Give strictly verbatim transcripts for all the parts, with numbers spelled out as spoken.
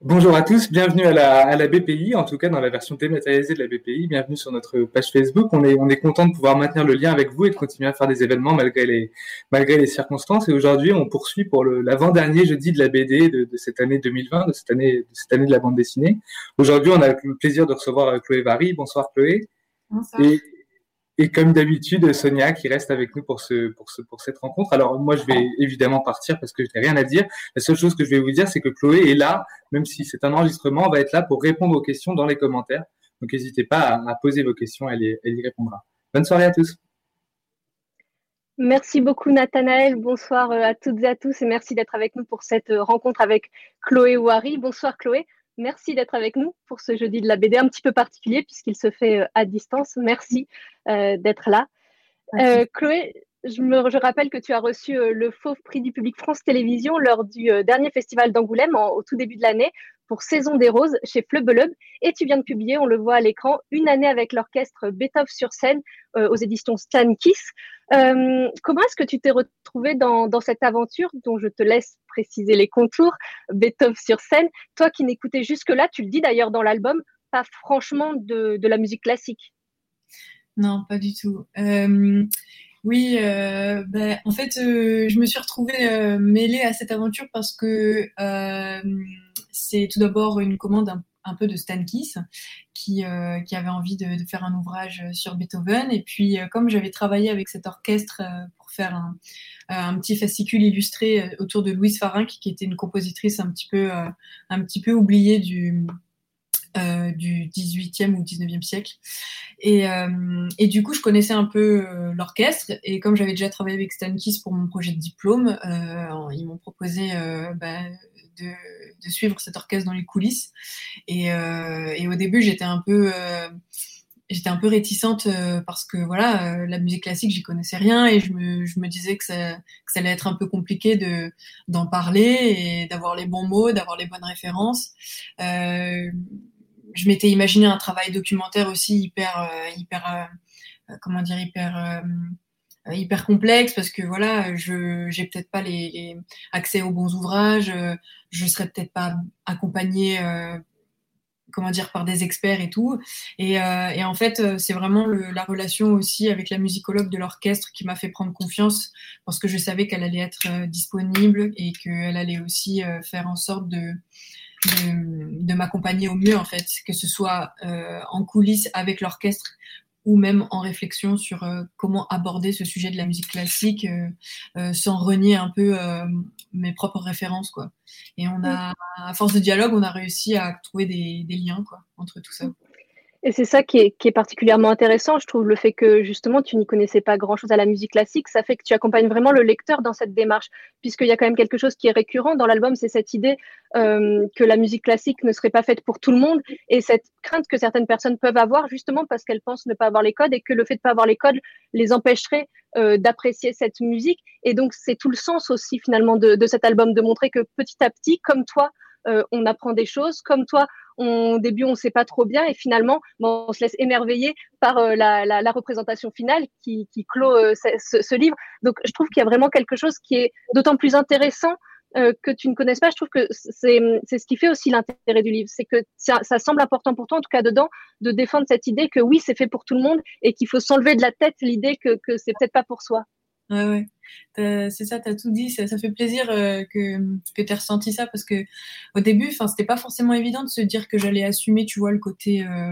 Bonjour à tous, bienvenue à la, à la B P I, en tout cas dans la version dématérialisée de la B P I. Bienvenue sur notre page Facebook. On est, on est content de pouvoir maintenir le lien avec vous et de continuer à faire des événements malgré les, malgré les circonstances. Et aujourd'hui, on poursuit pour le, l'avant-dernier jeudi de la B D de, de cette année deux mille vingt, de cette année, de cette année de la bande dessinée. Aujourd'hui, on a le plaisir de recevoir Chloé Vary. Bonsoir Chloé. Bonsoir. Et, Et comme d'habitude, Sonia qui reste avec nous pour ce, pour ce, pour cette rencontre. Alors moi, je vais évidemment partir parce que je n'ai rien à dire. La seule chose que je vais vous dire, c'est que Chloé est là, même si c'est un enregistrement, va être là pour répondre aux questions dans les commentaires. Donc n'hésitez pas à, à poser vos questions, elle y, elle y répondra. Bonne soirée à tous. Merci beaucoup Nathanaël, bonsoir à toutes et à tous et merci d'être avec nous pour cette rencontre avec Chloé Vary. Bonsoir Chloé, merci d'être avec nous pour ce jeudi de la B D un petit peu particulier puisqu'il se fait à distance. Merci euh, d'être là. Euh, Chloé, je, me, je rappelle que tu as reçu euh, le Fauve Prix du Public France Télévisions lors du euh, dernier festival d'Angoulême en, au tout début de l'année pour Saison des Roses chez Fleubelob. Et tu viens de publier, on le voit à l'écran, Une année avec l'orchestre Beethoven sur scène euh, aux éditions Stan Kiss. Euh, comment est-ce que tu t'es retrouvée dans, dans cette aventure dont je te laisse préciser les contours, Beethoven sur scène? Toi qui n'écoutais jusque-là, tu le dis d'ailleurs dans l'album, pas franchement de, de la musique classique. Non, pas du tout. Euh, oui, euh, ben, en fait, euh, je me suis retrouvée euh, mêlée à cette aventure parce que euh, c'est tout d'abord une commande un, un peu de Stan Kiss qui, euh, qui avait envie de, de faire un ouvrage sur Beethoven. Et puis, euh, comme j'avais travaillé avec cet orchestre euh, pour faire un, un petit fascicule illustré autour de Louise Farinck, qui était une compositrice un petit peu, euh, un petit peu oubliée du... Euh, du dix-huitième ou dix-neuvième siècle. Et, euh, et du coup, je connaissais un peu euh, l'orchestre. Et comme j'avais déjà travaillé avec Stan Kiss pour mon projet de diplôme, euh, ils m'ont proposé euh, bah, de, de suivre cet orchestre dans les coulisses. Et, euh, et au début, j'étais un peu... Euh, J'étais un peu réticente euh, parce que voilà, euh, la musique classique, j'y connaissais rien et je me, je me disais que ça, que ça allait être un peu compliqué de, d'en parler et d'avoir les bons mots, d'avoir les bonnes références. Euh, je m'étais imaginé un travail documentaire aussi hyper, euh, hyper, euh, comment dire, hyper, euh, hyper complexe parce que voilà, je, j'ai peut-être pas les, les accès aux bons ouvrages, euh, je serais peut-être pas accompagnée. Euh, comment dire, par des experts et tout. Et, euh, et en fait, c'est vraiment le, la relation aussi avec la musicologue de l'orchestre qui m'a fait prendre confiance parce que je savais qu'elle allait être euh, disponible et qu'elle allait aussi euh, faire en sorte de, de, de m'accompagner au mieux, en fait, que ce soit euh, en coulisses avec l'orchestre ou même en réflexion sur euh, comment aborder ce sujet de la musique classique euh, euh, sans renier un peu euh, mes propres références, quoi. Et on a, à force de dialogue, on a réussi à trouver des, des liens, quoi, entre tout ça. Et c'est ça qui est, qui est particulièrement intéressant, je trouve, le fait que justement tu n'y connaissais pas grand-chose à la musique classique, ça fait que tu accompagnes vraiment le lecteur dans cette démarche, puisqu'il y a quand même quelque chose qui est récurrent dans l'album, c'est cette idée euh, que la musique classique ne serait pas faite pour tout le monde, et cette crainte que certaines personnes peuvent avoir justement parce qu'elles pensent ne pas avoir les codes, et que le fait de ne pas avoir les codes les empêcherait euh, d'apprécier cette musique. Et donc c'est tout le sens aussi finalement de, de cet album, de montrer que petit à petit, comme toi, euh, on apprend des choses, comme toi, on, au début, on ne sait pas trop bien et finalement, bon, on se laisse émerveiller par euh, la, la, la représentation finale qui, qui clôt euh, ce, ce livre. Donc, je trouve qu'il y a vraiment quelque chose qui est d'autant plus intéressant euh, que tu ne connaisses pas. Je trouve que c'est, c'est ce qui fait aussi l'intérêt du livre. C'est que ça, ça semble important pour toi, en tout cas dedans, de défendre cette idée que oui, c'est fait pour tout le monde et qu'il faut s'enlever de la tête l'idée que, que c'est peut-être pas pour soi. Ouais, ouais. T'as, c'est ça, t'as tout dit. Ça, ça fait plaisir euh, que, que t'aies ressenti ça parce que au début, enfin, c'était pas forcément évident de se dire que j'allais assumer, tu vois, le côté euh,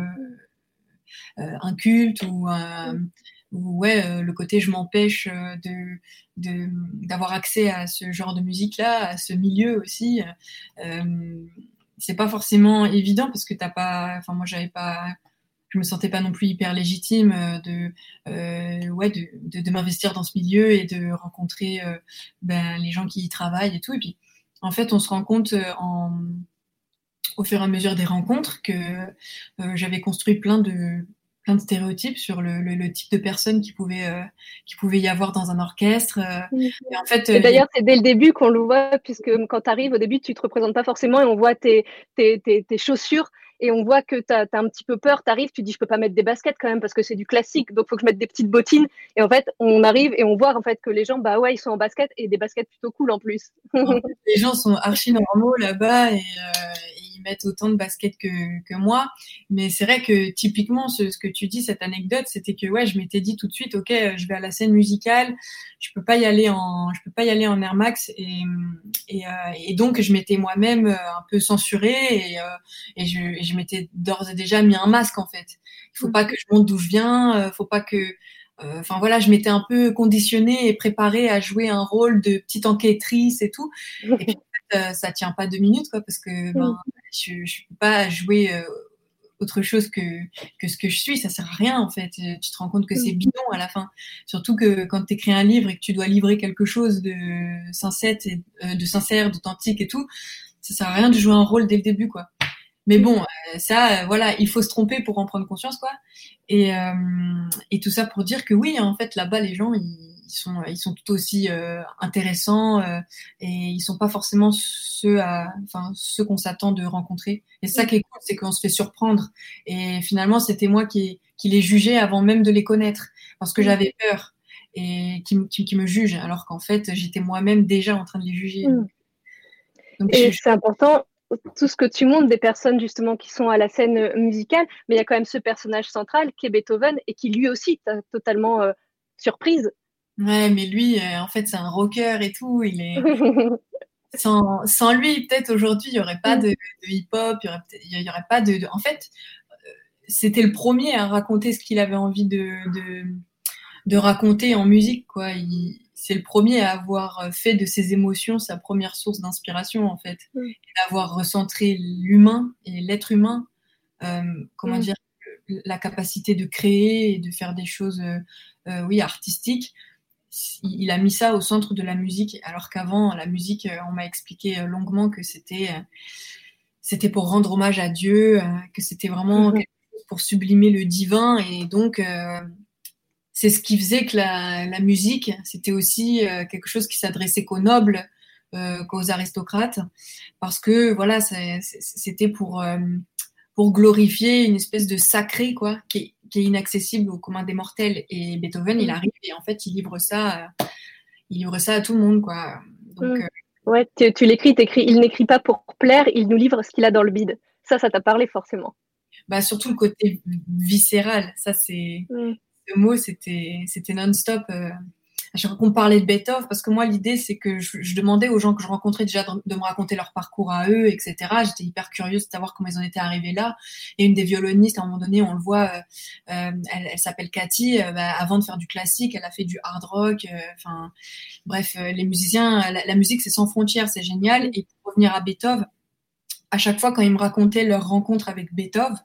euh, inculte ou, euh, ou ouais, euh, le côté je m'empêche euh, de, de d'avoir accès à ce genre de musique-là, à ce milieu aussi. Euh, c'est pas forcément évident parce que t'as pas, enfin, moi, j'avais pas. Je me sentais pas non plus hyper légitime de, euh, ouais, de, de, de m'investir dans ce milieu et de rencontrer euh, ben, les gens qui y travaillent et tout. Et puis, en fait, on se rend compte en, au fur et à mesure des rencontres que euh, j'avais construit plein de, plein de stéréotypes sur le, le, le type de personnes qui pouvait, euh, qui pouvait y avoir dans un orchestre. Mmh. Et en fait, et d'ailleurs, c'est dès le début qu'on le voit, puisque quand tu arrives, au début, tu te représentes pas forcément et on voit tes, tes, tes, tes chaussures et on voit que tu as un petit peu peur. Tu arrives, tu dis, je peux pas mettre des baskets quand même parce que c'est du classique, donc il faut que je mette des petites bottines. Et en fait, on arrive et on voit en fait que les gens, bah ouais, ils sont en basket et des baskets plutôt cool en plus. En fait, les gens sont archi normaux là-bas et, euh, et mettent autant de baskets que, que moi. Mais c'est vrai que typiquement, ce, ce que tu dis, cette anecdote, c'était que ouais, je m'étais dit tout de suite, ok, je vais à la scène musicale, je peux pas y aller en, je peux pas y aller en Air Max, et et, euh, et donc je m'étais moi-même un peu censurée et, euh, et je, et je m'étais d'ores et déjà mis un masque en fait. Il faut pas que je montre d'où je viens, euh, faut pas que Enfin euh, voilà, je m'étais un peu conditionnée et préparée à jouer un rôle de petite enquêtrice et tout. Et puis en fait, euh, ça tient pas deux minutes quoi, parce que ben je, je peux pas jouer euh, autre chose que que ce que je suis. Ça sert à rien en fait. Tu te rends compte que c'est bidon à la fin. Surtout que quand tu écris un livre et que tu dois livrer quelque chose de sincère, et, euh, de sincère, d'authentique et tout, ça sert à rien de jouer un rôle dès le début quoi. Mais bon, euh, ça, euh, voilà, il faut se tromper pour en prendre conscience, quoi. Et, euh, et tout ça pour dire que oui, en fait, là-bas, les gens, ils, ils sont, ils sont tout aussi euh, intéressants euh, et ils sont pas forcément ceux, à, enfin, ceux qu'on s'attend de rencontrer. Et ça qui est cool, c'est qu'on se fait surprendre. Et finalement, c'était moi qui, qui les jugeais avant même de les connaître, parce que j'avais peur et qui, qui, qui me jugent, alors qu'en fait, j'étais moi-même déjà en train de les juger. Mmh. Donc, et je... c'est important, tout ce que tu montres des personnes justement qui sont à la scène musicale, mais il y a quand même ce personnage central qui est Beethoven et qui lui aussi t'a totalement euh, surprise. Ouais, mais lui, euh, en fait, c'est un rocker et tout. Il est sans, sans lui, peut-être aujourd'hui, il y aurait pas de, de hip-hop, il y aurait, il y aurait pas de, de... En fait, c'était le premier à raconter ce qu'il avait envie de, de, de raconter en musique, quoi. Il, c'est le premier à avoir fait de ses émotions sa première source d'inspiration, en fait, Mm. et d'avoir recentré l'humain et l'être humain. Euh, comment mm. dire, la capacité de créer et de faire des choses, euh, euh, oui, artistiques. Il a mis ça au centre de la musique, alors qu'avant, la musique, on m'a expliqué longuement que c'était, c'était pour rendre hommage à Dieu, que c'était vraiment mm-hmm. quelque chose pour sublimer le divin. Et donc, euh, c'est ce qui faisait que la, la musique, c'était aussi euh, quelque chose qui s'adressait qu'aux nobles, euh, qu'aux aristocrates, parce que voilà, c'est, c'était pour, euh, pour glorifier une espèce de sacré, quoi, qui est, qui est inaccessible au commun des mortels. Et Beethoven, il arrive et en fait, il livre ça, euh, il livre ça à tout le monde, quoi. Donc, mmh. euh... Ouais, tu, tu l'écris, t'écris. Il n'écrit pas pour plaire, il nous livre ce qu'il a dans le bide. Ça, ça t'a parlé forcément. Bah surtout le côté viscéral. Ça, c'est mmh. ce mot, c'était, c'était non-stop. Euh... À chaque fois qu'on parlait de Beethoven, parce que moi, l'idée, c'est que je, je demandais aux gens que je rencontrais déjà de, de me raconter leur parcours à eux, et cetera. J'étais hyper curieuse de savoir comment ils en étaient arrivés là. Et une des violonistes, à un moment donné, on le voit, euh, euh, elle, elle s'appelle Cathy. Euh, bah, avant de faire du classique, elle a fait du hard rock. Enfin, euh, bref, euh, les musiciens, la, la musique, c'est sans frontières, c'est génial. Et pour revenir à Beethoven, à chaque fois, quand ils me racontaient leur rencontre avec Beethoven,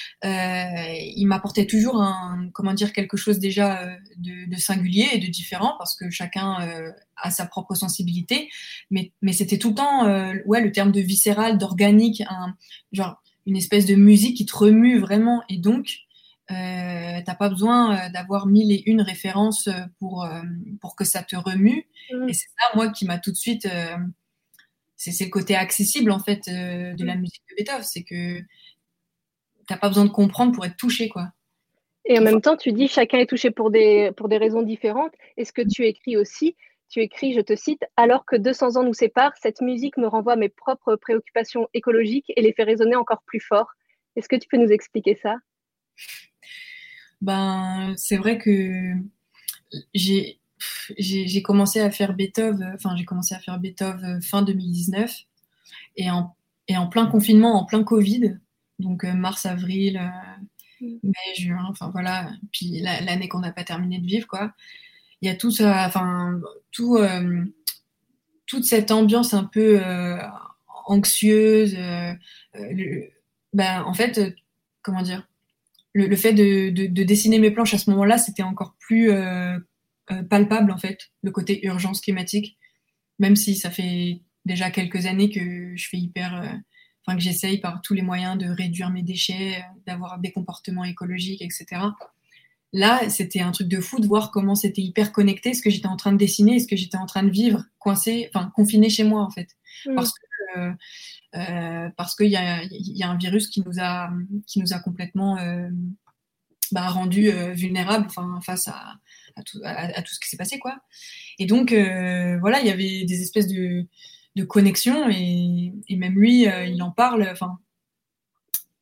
euh, il m'apportait toujours un, comment dire, quelque chose déjà euh, de, de singulier et de différent, parce que chacun euh, a sa propre sensibilité, mais, mais c'était tout le temps, euh, ouais, le terme de viscéral, d'organique, un, genre une espèce de musique qui te remue vraiment, et donc euh, t'as pas besoin d'avoir mille et une références pour, euh, pour que ça te remue, mmh. Et c'est ça, moi, qui m'a tout de suite... Euh, c'est, c'est le côté accessible, en fait, euh, de la musique de Beethoven, c'est que t'as pas besoin de comprendre pour être touché, quoi. Et en même temps, tu dis chacun est touché pour des, pour des raisons différentes. Et ce que tu écris aussi, tu écris, je te cite, « Alors que deux cents ans nous séparent, cette musique me renvoie à mes propres préoccupations écologiques et les fait résonner encore plus fort. » Est-ce que tu peux nous expliquer ça ? Ben, c'est vrai que j'ai, j'ai, j'ai commencé à faire Beethoven, enfin, j'ai commencé à faire Beethoven fin deux mille dix-neuf, et en, et en plein confinement, en plein Covid, donc euh, mars, avril, euh, mai, juin, enfin voilà, puis la, l'année qu'on n'a pas terminé de vivre, quoi. Il y a tout ça, enfin, tout, euh, toute cette ambiance un peu euh, anxieuse. Euh, le, ben, en fait, euh, comment dire, le, le fait de, de, de dessiner mes planches à ce moment-là, c'était encore plus euh, euh, palpable, en fait, le côté urgence climatique, même si ça fait déjà quelques années que je fais hyper... Euh, enfin, que j'essaye par tous les moyens de réduire mes déchets, d'avoir des comportements écologiques, et cetera. Là, c'était un truc de fou de voir comment c'était hyper connecté, ce que j'étais en train de dessiner et ce que j'étais en train de vivre, coincé, enfin, confiné chez moi, en fait. Mmh. Parce que, euh, euh, parce qu'il y a, y a un virus qui nous a, qui nous a complètement euh, bah, rendus euh, vulnérables, enfin, face à, à, tout, à, à tout ce qui s'est passé, quoi. Et donc, euh, voilà, il y avait des espèces de, de connexions et, et même lui, euh, il en parle, enfin,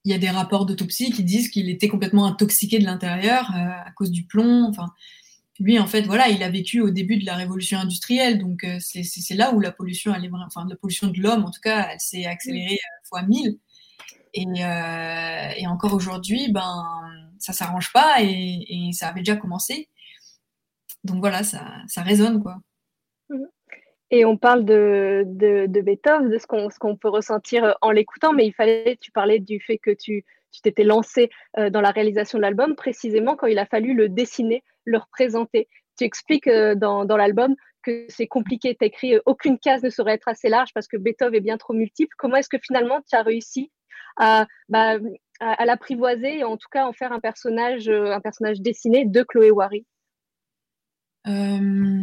il y a des rapports d'autopsie qui disent qu'il était complètement intoxiqué de l'intérieur euh, à cause du plomb. Enfin, lui, en fait, voilà, il a vécu au début de la révolution industrielle, donc euh, c'est, c'est, c'est là où la pollution, elle est vraiment, enfin, la pollution de l'homme, en tout cas, elle s'est accélérée euh, fois mille. Et, euh, et encore aujourd'hui, ben, ça s'arrange pas et, et ça avait déjà commencé. Donc voilà, ça, ça résonne, quoi. Et on parle de, de, de Beethoven, de ce qu'on, ce qu'on peut ressentir en l'écoutant, mais il fallait, tu parlais du fait que tu, tu t'étais lancé euh, dans la réalisation de l'album, précisément quand il a fallu le dessiner, le représenter. Tu expliques euh, dans, dans l'album que c'est compliqué, tu as écrit euh, aucune case ne saurait être assez large parce que Beethoven est bien trop multiple. Comment est-ce que finalement tu as réussi à, bah, à, à l'apprivoiser et en tout cas en faire un personnage, euh, un personnage dessiné de Chloé Wary? euh...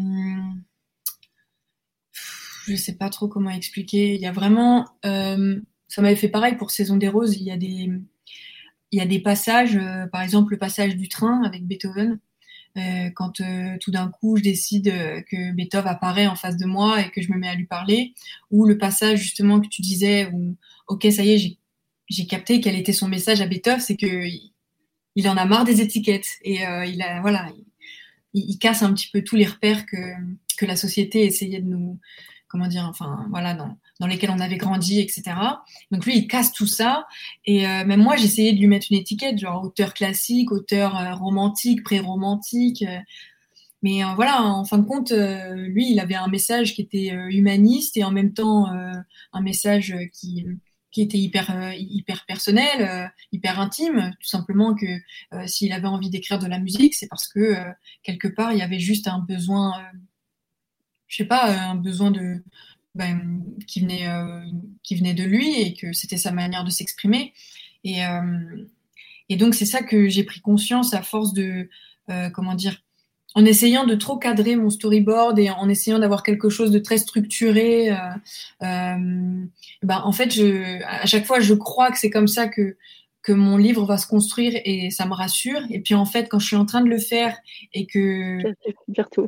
Je sais pas trop comment expliquer. Il y a vraiment, euh, ça m'avait fait pareil pour Saison des Roses. Il y a des, il y a des passages, euh, par exemple le passage du train avec Beethoven, euh, quand euh, tout d'un coup je décide euh, que Beethoven apparaît en face de moi et que je me mets à lui parler, ou le passage justement que tu disais où, ok, ça y est, j'ai, j'ai capté quel était son message à Beethoven, c'est que il, il en a marre des étiquettes et euh, il a, voilà, il, il casse un petit peu tous les repères que que la société essayait de nous comment dire, enfin, voilà, dans, dans lesquels on avait grandi, et cetera. Donc lui, il casse tout ça. Et euh, même moi, j'essayais de lui mettre une étiquette, genre auteur classique, auteur euh, romantique, pré-romantique. Euh, mais euh, voilà, en fin de compte, euh, lui, il avait un message qui était euh, humaniste et en même temps euh, un message qui qui était hyper euh, hyper personnel, euh, hyper intime, tout simplement que euh, s'il avait envie d'écrire de la musique, c'est parce que euh, quelque part, il y avait juste un besoin euh, je sais pas, un besoin de ben, qui venait euh, qui venait de lui et que c'était sa manière de s'exprimer. Et euh, et donc c'est ça que j'ai pris conscience à force de euh, comment dire en essayant de trop cadrer mon storyboard et en essayant d'avoir quelque chose de très structuré. Euh, euh, ben en fait je à chaque fois je crois que c'est comme ça que que mon livre va se construire et ça me rassure. Et puis en fait quand je suis en train de le faire et que dire tout.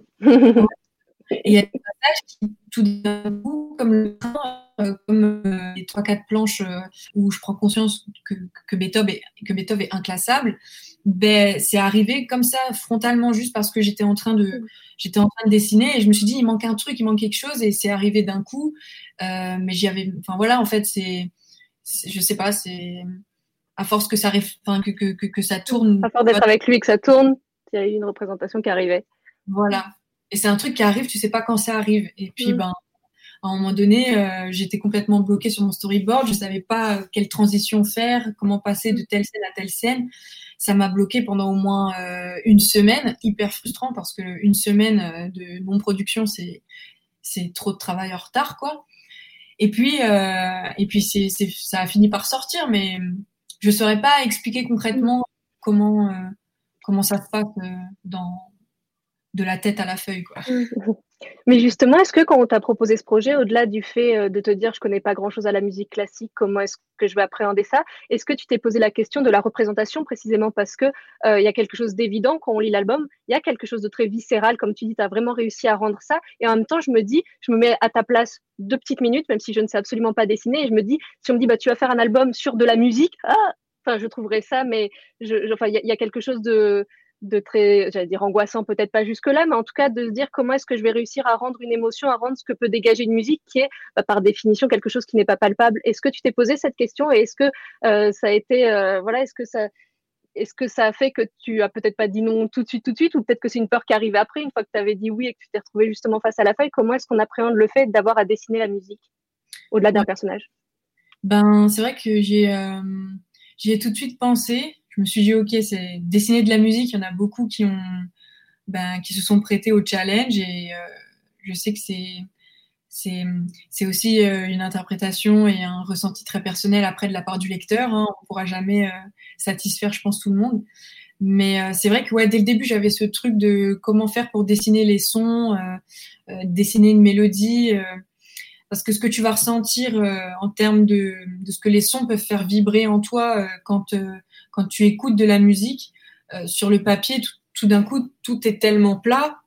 Et il y a des passages qui, tout d'un coup, comme le euh, comme euh, les trois quatre planches euh, où je prends conscience que, que Beethoven est, que Beethoven est inclassable, ben c'est arrivé comme ça frontalement juste parce que j'étais en train de j'étais en train de dessiner et je me suis dit il manque un truc, il manque quelque chose et c'est arrivé d'un coup. Euh, mais j'y avais, enfin voilà, en fait c'est, c'est je sais pas, c'est à force que ça enfin que, que que que ça tourne. À force d'être avec lui et que ça tourne, il y a eu une représentation qui arrivait. Voilà. Et c'est un truc qui arrive, tu sais pas quand ça arrive. Et puis, mmh. ben, à un moment donné, euh, j'étais complètement bloquée sur mon storyboard. Je savais pas quelle transition faire, comment passer de telle scène à telle scène. Ça m'a bloquée pendant au moins euh, une semaine, hyper frustrant parce que une semaine de non-production, c'est c'est trop de travail en retard, quoi. Et puis, euh, et puis c'est, c'est, ça a fini par sortir, mais je saurais pas expliquer concrètement comment euh, comment ça se passe euh, dans de la tête à la feuille, quoi. Mais justement, est-ce que quand on t'a proposé ce projet, au-delà du fait de te dire je connais pas grand-chose à la musique classique, comment est-ce que je vais appréhender ça, est-ce que tu t'es posé la question de la représentation précisément parce que il euh, y a quelque chose d'évident quand on lit l'album, il y a quelque chose de très viscéral, comme tu dis, tu as vraiment réussi à rendre ça. Et en même temps, je me dis, je me mets à ta place deux petites minutes, même si je ne sais absolument pas dessiner, et je me dis, si on me dit bah tu vas faire un album sur de la musique, ah, enfin je trouverais ça, mais je, je, enfin il y, y a quelque chose de de très, j'allais dire angoissant, peut-être pas jusque-là, mais en tout cas de se dire comment est-ce que je vais réussir à rendre une émotion, à rendre ce que peut dégager une musique qui est bah, par définition quelque chose qui n'est pas palpable. Est-ce que tu t'es posé cette question et est-ce que euh, ça a été, euh, voilà, est-ce que ça, est-ce que ça a fait que tu as peut-être pas dit non tout de suite, tout de suite, ou peut-être que c'est une peur qui arrive après, une fois que tu avais dit oui et que tu t'es retrouvé justement face à la feuille, comment est-ce qu'on appréhende le fait d'avoir à dessiner la musique au-delà d'un ouais. personnage? Ben, c'est vrai que j'ai, euh, j'y ai tout de suite pensé. Je me suis dit, ok, c'est dessiner de la musique. Il y en a beaucoup qui ont, ben, qui se sont prêtés au challenge et euh, je sais que c'est, c'est, c'est aussi euh, une interprétation et un ressenti très personnel après de la part du lecteur. Hein. On ne pourra jamais euh, satisfaire, je pense, tout le monde. Mais euh, c'est vrai que ouais, dès le début, j'avais ce truc de comment faire pour dessiner les sons, euh, euh, dessiner une mélodie. Euh, Parce que ce que tu vas ressentir euh, en termes de, de ce que les sons peuvent faire vibrer en toi euh, quand, euh, quand tu écoutes de la musique, euh, sur le papier, tout, tout d'un coup, tout est tellement plat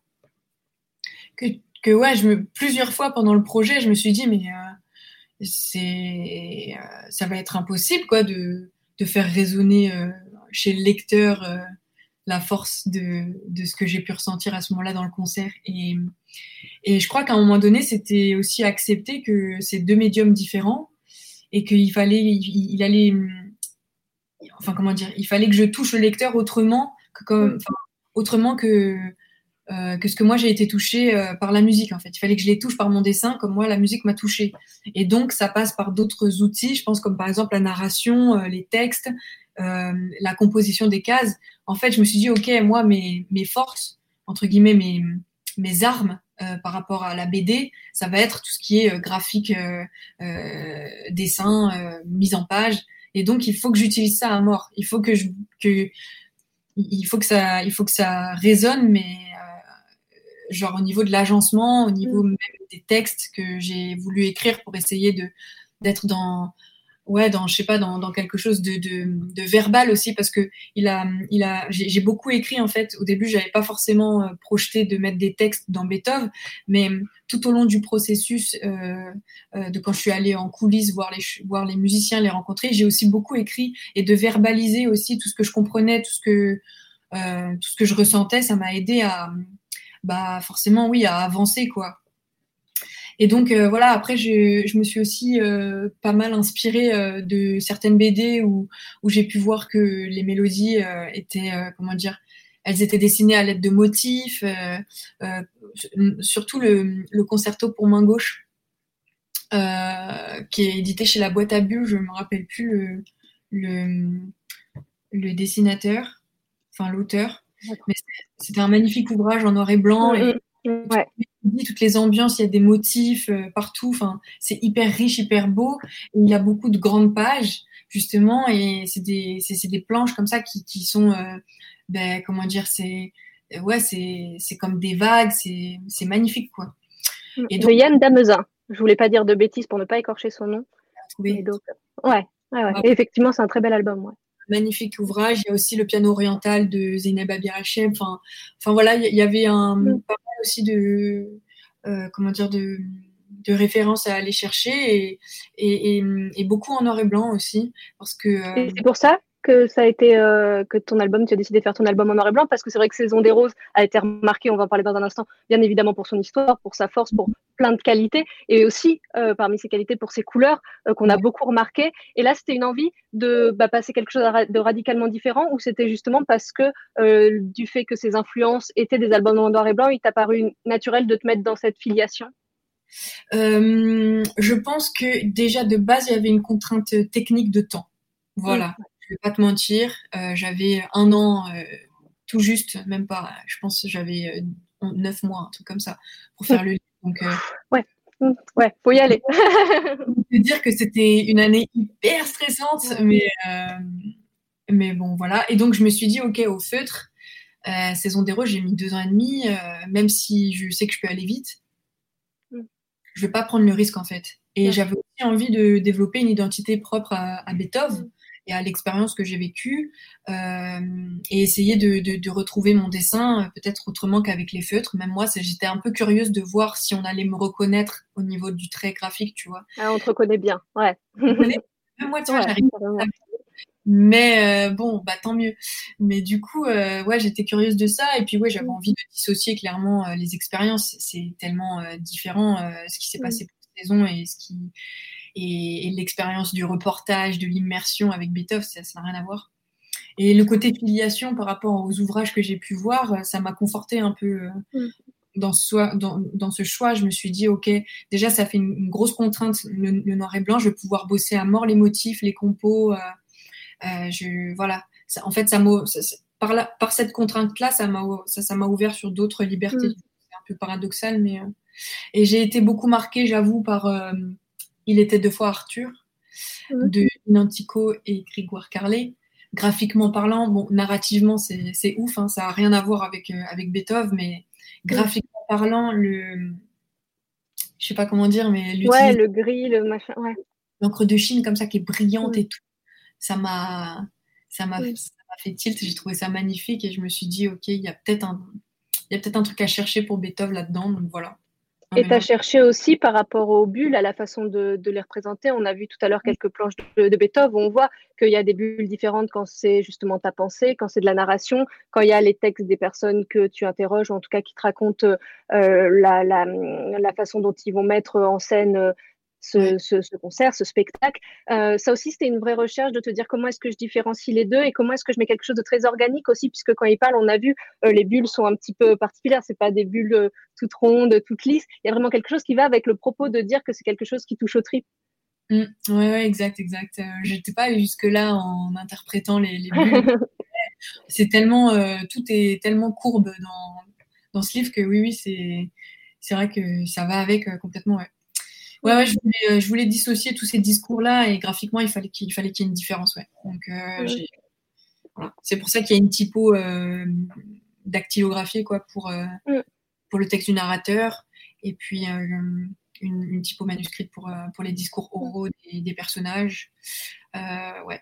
que, que ouais, je me, plusieurs fois pendant le projet, je me suis dit, mais euh, c'est, euh, ça va être impossible quoi, de, de faire résonner euh, chez le lecteur euh, la force de, de ce que j'ai pu ressentir à ce moment-là dans le concert. Et, et je crois qu'à un moment donné, c'était aussi accepter que c'est deux médiums différents et qu'il fallait, il, il allait, enfin comment dire, il fallait que je touche le lecteur autrement que comme, enfin, autrement que Euh, que ce que moi j'ai été touchée euh, par la musique en fait. Il fallait que je les touche par mon dessin comme moi la musique m'a touchée. Et donc ça passe par d'autres outils, je pense comme par exemple la narration, euh, les textes, euh, la composition des cases. En fait, je me suis dit ok, moi mes mes forces entre guillemets mes mes armes euh, par rapport à la B D, ça va être tout ce qui est euh, graphique, euh, euh, dessin, euh, mise en page. Et donc il faut que j'utilise ça à mort. Il faut que je que il faut que ça il faut que ça résonne mais genre au niveau de l'agencement, au niveau même des textes que j'ai voulu écrire pour essayer de d'être dans ouais dans je sais pas dans dans quelque chose de de, de verbal aussi parce que il a il a j'ai, j'ai beaucoup écrit en fait. Au début, j'avais pas forcément euh, projeté de mettre des textes dans Beethoven, mais tout au long du processus euh, euh, de quand je suis allée en coulisses voir les voir les musiciens, les rencontrer, j'ai aussi beaucoup écrit et de verbaliser aussi tout ce que je comprenais, tout ce que euh, tout ce que je ressentais, ça m'a aidé à bah forcément oui à avancer quoi. Et donc euh, voilà, après je, je me suis aussi euh, pas mal inspirée euh, de certaines B D où où j'ai pu voir que les mélodies euh, étaient euh, comment dire, elles étaient dessinées à l'aide de motifs, euh, euh, surtout le, le concerto pour main gauche euh, qui est édité chez La Boîte à Bulles, je me rappelle plus le le, le dessinateur, enfin l'auteur. Mais c'était un magnifique ouvrage en noir et blanc et ouais. toutes les ambiances, il y a des motifs euh, partout. Enfin, c'est hyper riche, hyper beau. Et il y a beaucoup de grandes pages justement et c'est des c'est, c'est des planches comme ça qui qui sont euh, ben comment dire c'est ouais c'est c'est comme des vagues. C'est c'est magnifique quoi. Et donc, de Yann Damezin. Je voulais pas dire de bêtises pour ne pas écorcher son nom. Mais donc, ouais, ouais, ouais. Et effectivement, c'est un très bel album. Ouais. Magnifique ouvrage. Il y a aussi le piano oriental de Zeynep Abirachem. Enfin, enfin voilà, il y avait un mm. pas mal aussi de euh, comment dire de de références à aller chercher et, et, et, et beaucoup en noir et blanc aussi parce que. Euh... Et c'est pour ça que ça a été euh, que ton album, tu as décidé de faire ton album en noir et blanc parce que c'est vrai que Saison des Roses a été remarqué, on va en parler dans un instant, bien évidemment pour son histoire, pour sa force, pour plein de qualités et aussi euh, parmi ses qualités pour ses couleurs euh, qu'on a beaucoup remarqué. Et là, c'était une envie de bah, passer quelque chose de radicalement différent ou c'était justement parce que euh, du fait que ses influences étaient des albums en noir et blanc, il t'a paru naturel de te mettre dans cette filiation? Euh, je pense que déjà de base, il y avait une contrainte technique de temps. Voilà, mmh. Je vais pas te mentir. Euh, j'avais un an euh, tout juste, même pas. Je pense que j'avais euh, neuf mois, un truc comme ça, pour faire le livre. Donc, euh, ouais, ouais, faut y aller. Je peux dire que c'était une année hyper stressante, mais euh, mais bon voilà. Et donc je me suis dit ok au feutre. Euh, Saison des Roses, j'ai mis deux ans et demi, euh, même si je sais que je peux aller vite. Je vais pas prendre le risque en fait. Et ouais. J'avais aussi envie de développer une identité propre à, à Beethoven mmh. et à l'expérience que j'ai vécue euh, et essayer de, de, de retrouver mon dessin peut-être autrement qu'avec les feutres. Même moi, j'étais un peu curieuse de voir si on allait me reconnaître au niveau du trait graphique, tu vois. Ah, on te reconnaît bien, ouais. Même moi, tu vois, ouais, j'arrive pas à... Mais euh, bon, bah tant mieux. Mais du coup, euh, ouais, j'étais curieuse de ça. Et puis ouais, j'avais envie de dissocier clairement euh, les expériences. C'est tellement euh, différent euh, ce qui s'est passé pour cette saison et ce qui et, et l'expérience du reportage, de l'immersion avec Beethoven, ça n'a rien à voir. Et le côté filiation par rapport aux ouvrages que j'ai pu voir, ça m'a conforté un peu. Euh, mm. Dans ce, dans, dans ce choix, je me suis dit, ok, déjà ça fait une, une grosse contrainte, le, le noir et blanc. Je vais pouvoir bosser à mort les motifs, les compos. Euh, Euh, je voilà ça, en fait ça m'a ça, ça, par là par cette contrainte là ça m'a ça ça m'a ouvert sur d'autres libertés. Mmh. C'est un peu paradoxal mais euh... et j'ai été beaucoup marquée j'avoue par euh... Il était deux fois Arthur mmh. de Nantico et Grégoire Carlet. Graphiquement parlant, bon narrativement c'est c'est ouf hein, ça a rien à voir avec euh, avec Beethoven mais graphiquement mmh. parlant le je sais pas comment dire mais ouais le gris le machin ouais l'encre de Chine comme ça qui est brillante mmh. et tout. Ça m'a, ça m'a, oui. ça m'a fait tilt. J'ai trouvé ça magnifique et je me suis dit, ok, il y a peut-être un, il y a peut-être un truc à chercher pour Beethoven là-dedans. Donc voilà. Et tu as cherché aussi par rapport aux bulles, à la façon de, de les représenter. On a vu tout à l'heure quelques planches de, de Beethoven où on voit qu'il y a des bulles différentes quand c'est justement ta pensée, quand c'est de la narration, quand il y a les textes des personnes que tu interroges, ou en tout cas qui te racontent euh, la, la, la façon dont ils vont mettre en scène euh, ce, Ouais. ce, ce concert, ce spectacle. Euh, ça aussi, c'était une vraie recherche de te dire comment est-ce que je différencie les deux et comment est-ce que je mets quelque chose de très organique aussi, puisque quand il parle, on a vu, euh, les bulles sont un petit peu particulières. C'est pas des bulles euh, toutes rondes, toutes lisses. Il y a vraiment quelque chose qui va avec le propos de dire que c'est quelque chose qui touche aux tripes. Mmh. Ouais, ouais, exact, exact. Euh, j'étais pas allée jusque-là en interprétant les, les bulles. C'est tellement, euh, tout est tellement courbe dans, dans ce livre que oui, oui, c'est, c'est vrai que ça va avec euh, complètement, ouais. Ouais, ouais, je voulais, euh, je voulais dissocier tous ces discours-là et graphiquement, il fallait qu'il, il fallait qu'il y ait une différence, ouais. Donc, euh, j'ai, voilà. C'est pour ça qu'il y a une typo euh, dactylographiée, quoi, pour, euh, pour le texte du narrateur et puis euh, une, une typo manuscrite pour, euh, pour les discours oraux des, des personnages. Euh, ouais.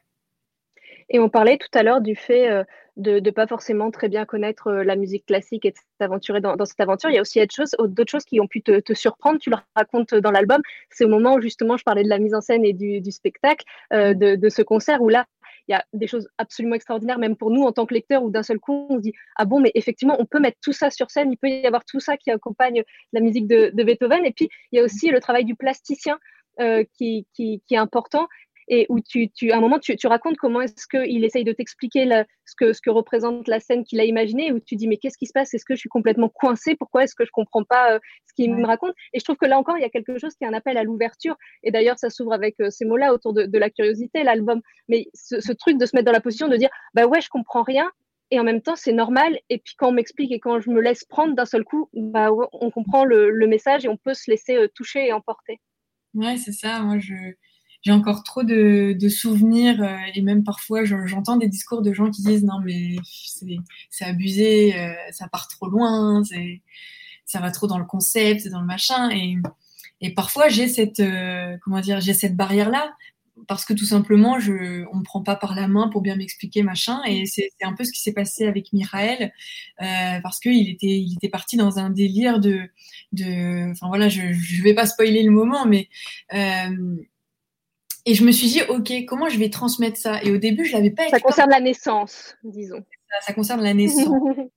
Et on parlait tout à l'heure du fait euh, de ne pas forcément très bien connaître euh, la musique classique et de s'aventurer dans, dans cette aventure. Il y a aussi d'autres choses, d'autres choses qui ont pu te, te surprendre. Tu le racontes dans l'album. C'est au moment où justement je parlais de la mise en scène et du, du spectacle, euh, de, de ce concert où là, il y a des choses absolument extraordinaires, même pour nous en tant que lecteurs, où d'un seul coup, on se dit « Ah bon, mais effectivement, on peut mettre tout ça sur scène, il peut y avoir tout ça qui accompagne la musique de, de Beethoven. » Et puis, il y a aussi le travail du plasticien euh, qui, qui, qui est important et où tu, tu, à un moment, tu, tu racontes comment est-ce qu'il essaye de t'expliquer la, ce, que, ce que représente la scène qu'il a imaginée, où tu dis, mais qu'est-ce qui se passe? Est-ce que je suis complètement coincée? Pourquoi est-ce que je comprends pas euh, ce qu'il ouais. me raconte? Et je trouve que là encore, il y a quelque chose qui est un appel à l'ouverture. Et d'ailleurs, ça s'ouvre avec euh, ces mots-là autour de, de la curiosité, l'album. Mais ce, ce truc de se mettre dans la position de dire, bah ouais, je comprends rien. Et en même temps, c'est normal. Et puis quand on m'explique et quand je me laisse prendre d'un seul coup, bah, on comprend le, le message et on peut se laisser euh, toucher et emporter. Ouais, c'est ça. Moi, je... j'ai encore trop de, de souvenirs euh, et même parfois j'entends des discours de gens qui disent non mais c'est, c'est abusé, euh, ça part trop loin, c'est, ça va trop dans le concept, c'est dans le machin et, et parfois j'ai cette euh, comment dire j'ai cette barrière là parce que tout simplement je on me prend pas par la main pour bien m'expliquer machin et c'est, c'est un peu ce qui s'est passé avec Michael euh, parce que il était il était parti dans un délire de de enfin voilà je je vais pas spoiler le moment mais euh, et je me suis dit, OK, comment je vais transmettre ça? Et au début, je l'avais pas écrit. Ça concerne la naissance, disons. Ça, ça concerne la naissance.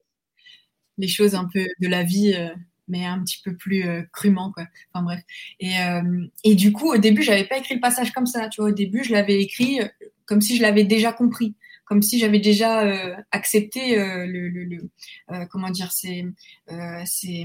Les choses un peu de la vie, euh, mais un petit peu plus euh, crûment, quoi. Enfin bref. Et, euh, et du coup, au début, j'avais pas écrit le passage comme ça. Tu vois, au début, je l'avais écrit euh, comme si je l'avais déjà compris, comme si j'avais déjà euh, accepté euh, le, le, le euh, comment dire, c'est, euh, c'est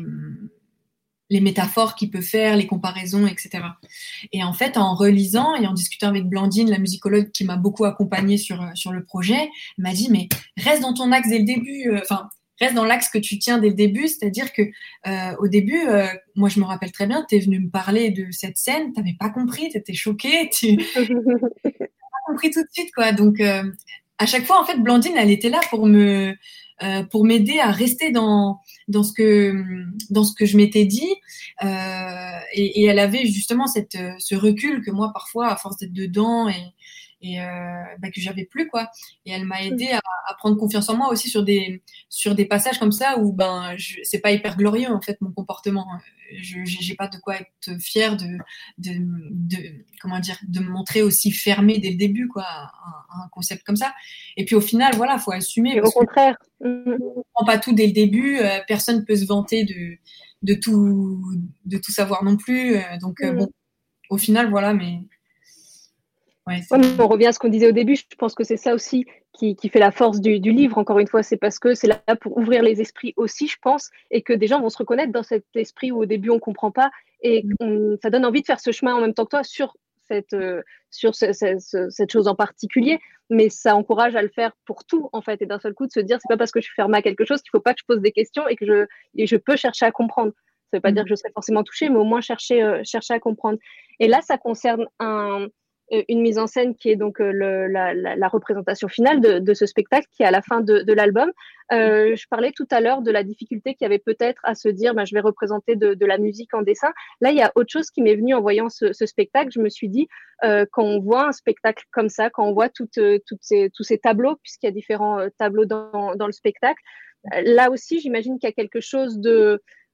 les métaphores qu'il peut faire, les comparaisons, et cetera. Et en fait, en relisant et en discutant avec Blandine, la musicologue qui m'a beaucoup accompagnée sur, sur le projet, elle m'a dit, mais reste dans ton axe dès le début, enfin, euh, reste dans l'axe que tu tiens dès le début, c'est-à-dire que euh, au début, euh, moi je me rappelle très bien, tu es venue me parler de cette scène, tu n'avais pas compris, tu étais choquée, tu n'avais pas compris tout de suite, quoi. Donc, euh, à chaque fois, en fait, Blandine, elle était là pour me... Euh, pour m'aider à rester dans dans ce que dans ce que je m'étais dit euh, et, et elle avait justement cette ce recul que moi parfois à force d'être dedans et et euh, bah, que j'avais plus quoi et elle m'a aidé à, à prendre confiance en moi aussi sur des sur des passages comme ça où ben je, c'est pas hyper glorieux en fait mon comportement je j'ai pas de quoi être fière de de, de comment dire de me montrer aussi fermée dès le début quoi un, un concept comme ça et puis au final voilà faut assumer et parce au contraire que on comprend pas tout dès le début euh, personne peut se vanter de de tout de tout savoir non plus euh, donc euh, bon au final voilà mais Ouais, ouais, on revient à ce qu'on disait au début. Je pense que c'est ça aussi qui, qui fait la force du, du livre. Encore une fois, c'est parce que c'est là pour ouvrir les esprits aussi, je pense, et que des gens vont se reconnaître dans cet esprit où au début on comprend pas, et on, ça donne envie de faire ce chemin en même temps que toi sur cette euh, sur ce, ce, ce, cette chose en particulier. Mais ça encourage à le faire pour tout en fait, et d'un seul coup de se dire c'est pas parce que je suis fermée à quelque chose qu'il faut pas que je pose des questions et que je et je peux chercher à comprendre. Ça veut pas dire que je serai forcément touchée, mais au moins chercher euh, chercher à comprendre. Et là, ça concerne un une mise en scène qui est donc euh, le, la, la, la représentation finale de, de ce spectacle qui est à la fin de, de l'album. Euh, je parlais tout à l'heure de la difficulté qu'il y avait peut-être à se dire bah, je vais représenter de, de la musique en dessin. Là, il y a autre chose qui m'est venue en voyant ce, ce spectacle. Je me suis dit, euh, quand on voit un spectacle comme ça, quand on voit toutes, toutes ces, tous ces tableaux, puisqu'il y a différents euh, tableaux dans, dans le spectacle, là aussi, j'imagine qu'il y a quelque chose de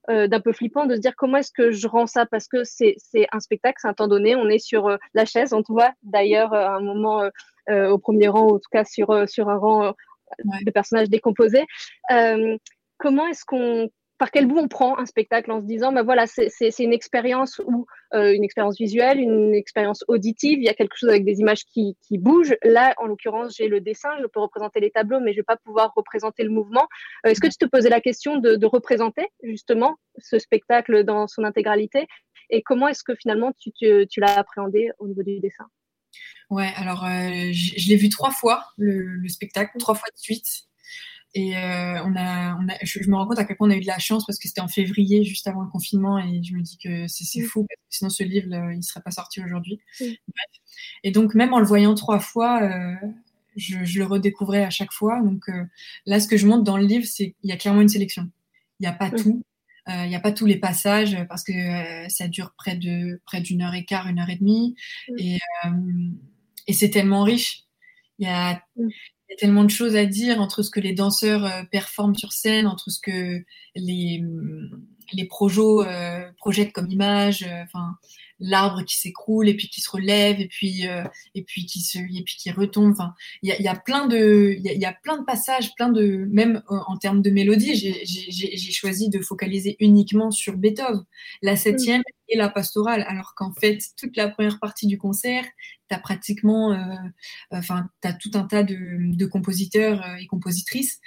euh, d'un peu flippant de se dire comment est-ce que je rends ça parce que c'est c'est un spectacle, c'est un temps donné, on est sur euh, la chaise, on te voit d'ailleurs euh, à un moment euh, euh, au premier rang, ou en tout cas sur euh, sur un rang euh, Ouais. de personnages décomposés. Euh, comment est-ce qu'on par quel bout on prend un spectacle en se disant, ben voilà, c'est, c'est, c'est une expérience ou euh, une expérience visuelle, une expérience auditive, il y a quelque chose avec des images qui, qui bougent. Là, en l'occurrence, j'ai le dessin, je peux représenter les tableaux, mais je vais pas pouvoir représenter le mouvement. Euh, est-ce que tu te posais la question de, de représenter justement ce spectacle dans son intégralité et comment est-ce que finalement tu, tu, tu l'as appréhendé au niveau du dessin? Ouais, alors euh, je, je l'ai vu trois fois, le, le spectacle, trois fois de suite. Et euh, on a, on a, je, je me rends compte à quel point on a eu de la chance parce que c'était en février, juste avant le confinement, et je me dis que c'est, c'est fou parce que sinon ce livre, là, il ne serait pas sorti aujourd'hui. Mm. Bref. Et donc même en le voyant trois fois, euh, je, je le redécouvrais à chaque fois. Donc euh, là, ce que je montre dans le livre, c'est qu'il y a clairement une sélection. Il n'y a pas Mm. tout. Il n'y a pas tous les passages parce que euh, ça dure près de près d'une heure et quart, une heure et demie, Mm. et, euh, et c'est tellement riche. Il y a Mm. Il y a tellement de choses à dire entre ce que les danseurs euh, performent sur scène, entre ce que les, les projos euh, projettent comme image, enfin euh, l'arbre qui s'écroule et puis qui se relève et puis euh, et puis qui se et puis qui retombe. Enfin, il y a, y a plein de il y a, y a plein de passages, plein de même euh, en termes de mélodie, j'ai, j'ai, j'ai choisi de focaliser uniquement sur Beethoven, la septième mm. et la pastorale, alors qu'en fait toute la première partie du concert t'as pratiquement, enfin, euh, t'as tout un tas de, de compositeurs euh, et compositrices,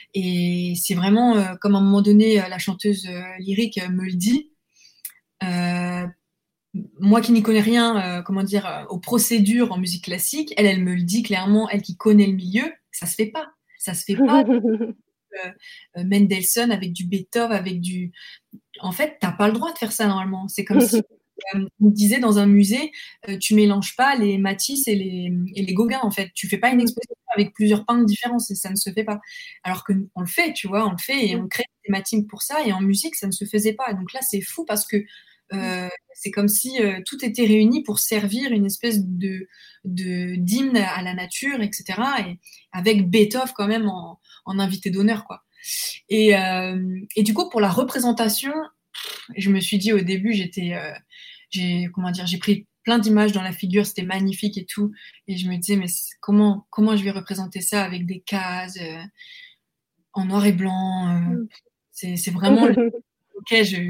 et c'est vraiment euh, comme à un moment donné la chanteuse euh, lyrique me le dit. Euh, moi qui n'y connais rien, euh, comment dire, euh, aux procédures en musique classique, elle, elle me le dit clairement, elle qui connaît le milieu, ça se fait pas, ça se fait pas. euh, Mendelssohn avec du Beethoven, avec du, en fait, t'as pas le droit de faire ça normalement. C'est comme si Euh, on disait dans un musée, euh, tu mélanges pas les Matisse et les, et les Gauguin, en fait. Tu fais pas une exposition avec plusieurs peintres différents, ça ne se fait pas. Alors que on le fait, tu vois, on le fait et on crée des thématiques pour ça, et en musique, ça ne se faisait pas. Donc là, c'est fou parce que euh, c'est comme si euh, tout était réuni pour servir une espèce de, de d'hymne à la nature, et cetera. Et avec Beethoven quand même en, en invité d'honneur, quoi. Et, euh, et du coup, pour la représentation, je me suis dit au début, j'étais, euh, j'ai, comment dire, j'ai pris plein d'images dans la figure, c'était magnifique et tout, et je me disais, mais comment, comment je vais représenter ça avec des cases euh, en noir et blanc, euh, c'est, c'est vraiment le... ok, je...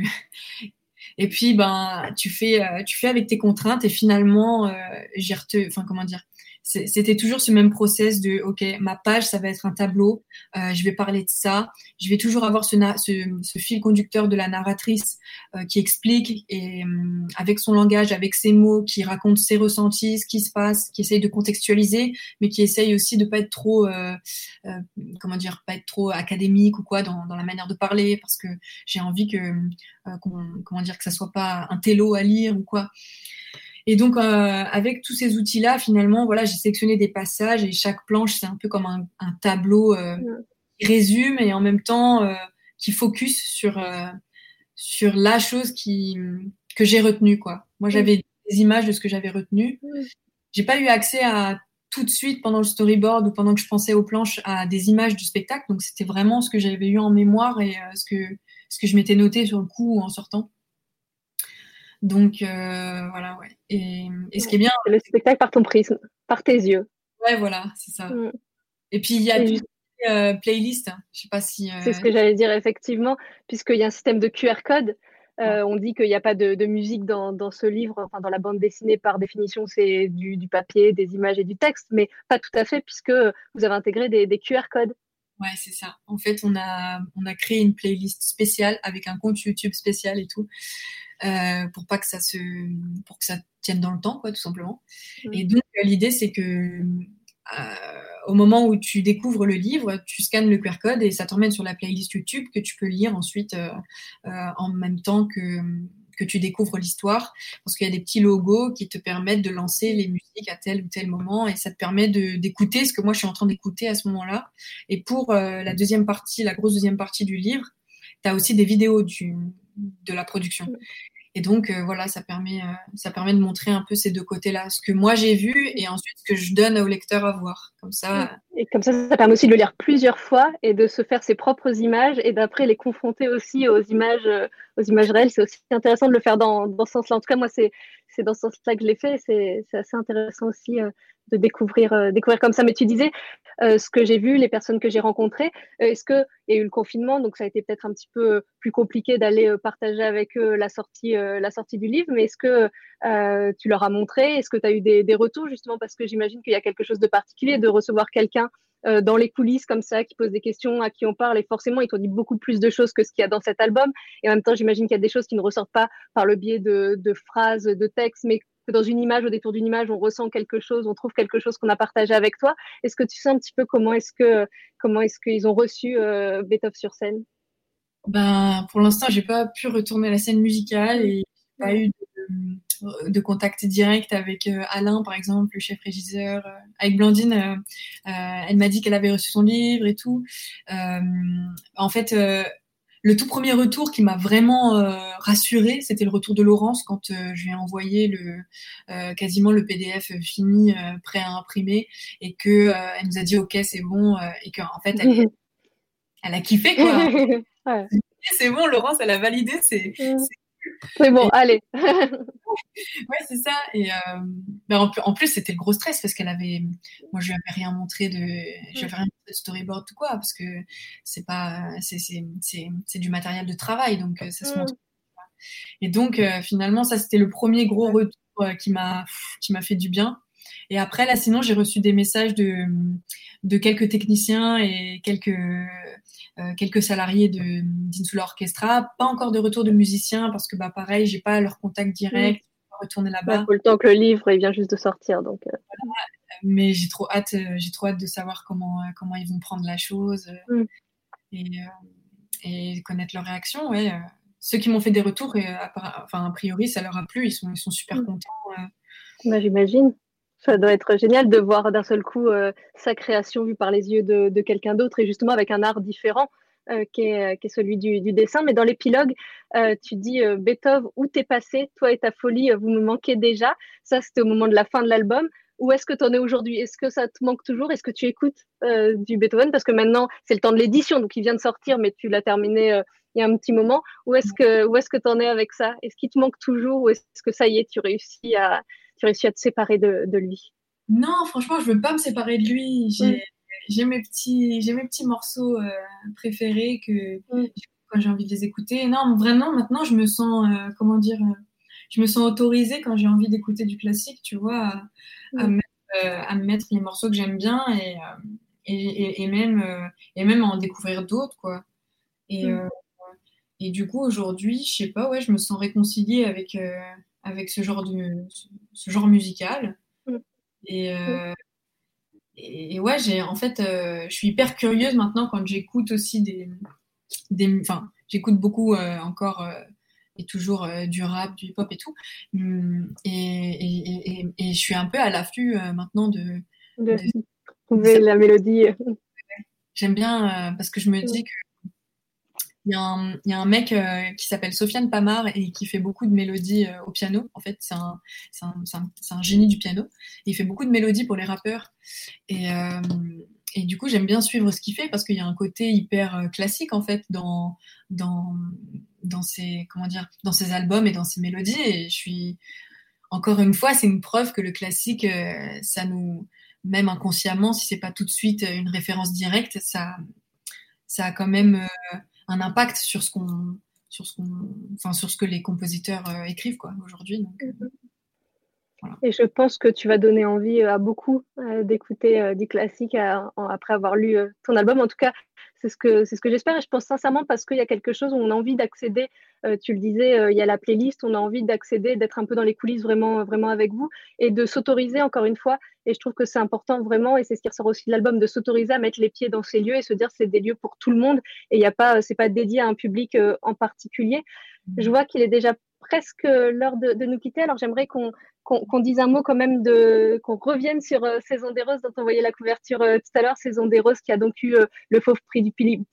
Et puis ben, tu fais, euh, tu fais avec tes contraintes, et finalement, euh, j'ai rete... enfin comment dire. C'était toujours ce même process de, ok, ma page, ça va être un tableau, euh, je vais parler de ça, je vais toujours avoir ce, ce, ce fil conducteur de la narratrice euh, qui explique, et euh, avec son langage, avec ses mots, qui raconte ses ressentis, ce qui se passe, qui essaye de contextualiser, mais qui essaye aussi de pas être trop, euh, euh, comment dire, pas être trop académique ou quoi dans, dans la manière de parler, parce que j'ai envie que, euh, qu'on, comment dire, que ça soit pas un télo à lire ou quoi. Et donc, euh, avec tous ces outils-là, finalement, voilà, j'ai sélectionné des passages, et chaque planche, c'est un peu comme un, un tableau euh, qui résume et en même temps euh, qui focus sur, euh, sur la chose qui, que j'ai retenue, quoi. Moi, j'avais des images de ce que j'avais retenu. J'ai pas eu accès à tout de suite pendant le storyboard ou pendant que je pensais aux planches à des images du spectacle. Donc, c'était vraiment ce que j'avais eu en mémoire et euh, ce que, ce que je m'étais noté sur le coup ou en sortant. Donc euh, voilà, ouais. Et, et ce qui est bien, c'est le spectacle par ton prisme, par tes yeux. Ouais, voilà, c'est ça. Mm. Et puis il y a toute une euh, playlist. Je sais pas si. Euh... C'est ce que j'allais dire effectivement, puisqu'il y a un système de Q R code. Euh, on dit qu'il n'y a pas de, de musique dans, dans ce livre, enfin dans la bande dessinée par définition, c'est du, du papier, des images et du texte, mais pas tout à fait puisque vous avez intégré des, des Q R codes. Ouais, c'est ça. En fait, on a, on a créé une playlist spéciale avec un compte YouTube spécial et tout. Euh, pour pas que ça se, pour que ça tienne dans le temps, quoi, tout simplement. Mmh. Et donc l'idée, c'est que euh, au moment où tu découvres le livre, tu scannes le Q R code et ça t'emmène sur la playlist YouTube que tu peux lire ensuite euh, euh, en même temps que que tu découvres l'histoire, parce qu'il y a des petits logos qui te permettent de lancer les musiques à tel ou tel moment, et ça te permet de, d'écouter ce que moi je suis en train d'écouter à ce moment-là. Et pour euh, la deuxième partie, la grosse deuxième partie du livre, tu as aussi des vidéos du, de la production. Et donc, euh, voilà, ça permet, euh, ça permet de montrer un peu ces deux côtés-là, ce que moi j'ai vu et ensuite ce que je donne au lecteur à voir. Comme ça. Et comme ça, ça permet aussi de le lire plusieurs fois et de se faire ses propres images et d'après les confronter aussi aux images, euh, aux images réelles. C'est aussi intéressant de le faire dans, dans ce sens-là. En tout cas, moi, c'est, c'est dans ce sens-là que je l'ai fait. C'est, c'est assez intéressant aussi euh, de découvrir, euh, découvrir comme ça. Mais tu disais, euh, ce que j'ai vu, les personnes que j'ai rencontrées, euh, est-ce qu'il y a eu le confinement, donc ça a été peut-être un petit peu plus compliqué d'aller euh, partager avec eux la sortie, euh, la sortie du livre, mais est-ce que euh, tu leur as montré? Est-ce que tu as eu des, des retours justement? Parce que j'imagine qu'il y a quelque chose de particulier de recevoir quelqu'un euh, dans les coulisses comme ça, qui pose des questions, à qui on parle, et forcément, ils t'ont dit beaucoup plus de choses que ce qu'il y a dans cet album. Et en même temps, j'imagine qu'il y a des choses qui ne ressortent pas par le biais de, de phrases, de textes, mais que dans une image, au détour d'une image, on ressent quelque chose, on trouve quelque chose qu'on a partagé avec toi. Est-ce que tu sais un petit peu comment est-ce que comment est-ce qu'ils ont reçu euh, Beethoven sur scène? Ben, pour l'instant, j'ai pas pu retourner à la scène musicale et j'ai pas eu de, de contact direct avec euh, Alain, par exemple, le chef régisseur. Euh, avec Blandine, euh, euh, elle m'a dit qu'elle avait reçu son livre et tout. Euh, en fait, euh, le tout premier retour qui m'a vraiment euh, rassurée, c'était le retour de Laurence quand euh, je lui ai envoyé le, euh, quasiment le P D F fini, euh, prêt à imprimer, et que euh, elle nous a dit ok, c'est bon, euh, et qu'en fait, elle, est, elle a kiffé quoi. Ouais. C'est bon, Laurence, elle a validé, c'est, c'est... C'est bon, et... allez. Ouais, c'est ça. Et euh, ben en, en plus, c'était le gros stress parce qu'elle avait, moi, je lui avais rien montré de, je lui avais rien montré de storyboard ou quoi, parce que c'est pas, c'est, c'est, c'est, c'est du matériel de travail, donc ça se montre. Et donc, euh, finalement, ça, c'était le premier gros retour euh, qui m'a, qui m'a fait du bien. Et après, là, sinon, j'ai reçu des messages de, de quelques techniciens et quelques, euh, quelques salariés de d'Insula Orchestra. Pas encore de retour de musiciens parce que, bah, pareil, j'ai pas leur contact direct. Mmh. Retourner là-bas. Il faut le temps que le livre il vient juste de sortir, donc. Euh... Voilà. Mais j'ai trop hâte, j'ai trop hâte de savoir comment comment ils vont prendre la chose mmh. et, euh, et connaître leur réaction. Ouais. Ceux qui m'ont fait des retours, et, enfin, a priori, ça leur a plu. Ils sont ils sont super mmh. contents. Euh. Bah, j'imagine. Ça doit être génial de voir d'un seul coup euh, sa création vue par les yeux de, de quelqu'un d'autre et justement avec un art différent euh, qui, est, qui est celui du, du dessin. Mais dans l'épilogue, euh, tu dis euh, Beethoven, où t'es passé? Toi et ta folie, vous me manquez déjà. Ça, c'était au moment de la fin de l'album. Où est-ce que tu en es aujourd'hui? Est-ce que ça te manque toujours? Est-ce que tu écoutes euh, du Beethoven? Parce que maintenant, c'est le temps de l'édition, donc il vient de sortir, mais tu l'as terminé euh, il y a un petit moment. Où est-ce que où est-ce que tu en es avec ça? Est-ce qu'il te manque toujours ou est-ce que ça y est, tu réussis à tu réussis à te séparer de, de lui? Non, franchement, je veux pas me séparer de lui. J'ai, mmh. j'ai mes petits, j'ai mes petits morceaux euh, préférés que mmh. quand j'ai envie de les écouter. Non, vraiment, maintenant, je me sens, euh, comment dire, euh, je me sens autorisée quand j'ai envie d'écouter du classique, tu vois, à, mmh. à, mettre, euh, à mettre les morceaux que j'aime bien et, euh, et, et, et même, euh, et même à en découvrir d'autres, quoi. Et, mmh. euh, et du coup, aujourd'hui, je sais pas, ouais, je me sens réconciliée avec. Euh, avec ce genre de ce genre musical mmh. et, euh, et, et ouais j'ai en fait euh, je suis hyper curieuse maintenant quand j'écoute aussi des des enfin j'écoute beaucoup euh, encore euh, et toujours euh, du rap, du hip hop et tout et, et, et, et je suis un peu à l'affût euh, maintenant de, de, de trouver la mélodie. J'aime bien euh, parce que je me dis que Il y, a un, il y a un mec euh, qui s'appelle Sofiane Pamar et qui fait beaucoup de mélodies euh, au piano. En fait, c'est un, c'est, un, c'est, un, c'est un génie du piano. Et il fait beaucoup de mélodies pour les rappeurs. Et, euh, et du coup, j'aime bien suivre ce qu'il fait parce qu'il y a un côté hyper euh, classique en fait dans, dans, dans, ses, comment dire, dans ses albums et dans ses mélodies. Et je suis, encore une fois, c'est une preuve que le classique, euh, ça nous, même inconsciemment, si c'est pas tout de suite une référence directe, ça, ça a quand même euh, un impact sur ce qu'on, sur ce qu'on, enfin sur ce que les compositeurs euh, écrivent quoi aujourd'hui. Donc, euh, voilà. Et je pense que tu vas donner envie à beaucoup euh, d'écouter euh, du classique à, en, après avoir lu euh, ton album. En tout cas, c'est ce que c'est ce que j'espère et je pense sincèrement parce qu'il y a quelque chose où on a envie d'accéder. Euh, tu le disais, euh, il y a la playlist, on a envie d'accéder, d'être un peu dans les coulisses vraiment, vraiment avec vous et de s'autoriser encore une fois. Et je trouve que c'est important vraiment et c'est ce qui ressort aussi de l'album de s'autoriser à mettre les pieds dans ces lieux et se dire c'est des lieux pour tout le monde et il y a pas, c'est pas dédié à un public euh, en particulier. Je vois qu'il est déjà presque l'heure de, de nous quitter. Alors j'aimerais qu'on Qu'on, qu'on dise un mot quand même de, qu'on revienne sur euh, Saison des Roses dont on voyait la couverture euh, tout à l'heure, Saison des Roses qui a donc eu euh, le fauve prix du, prix,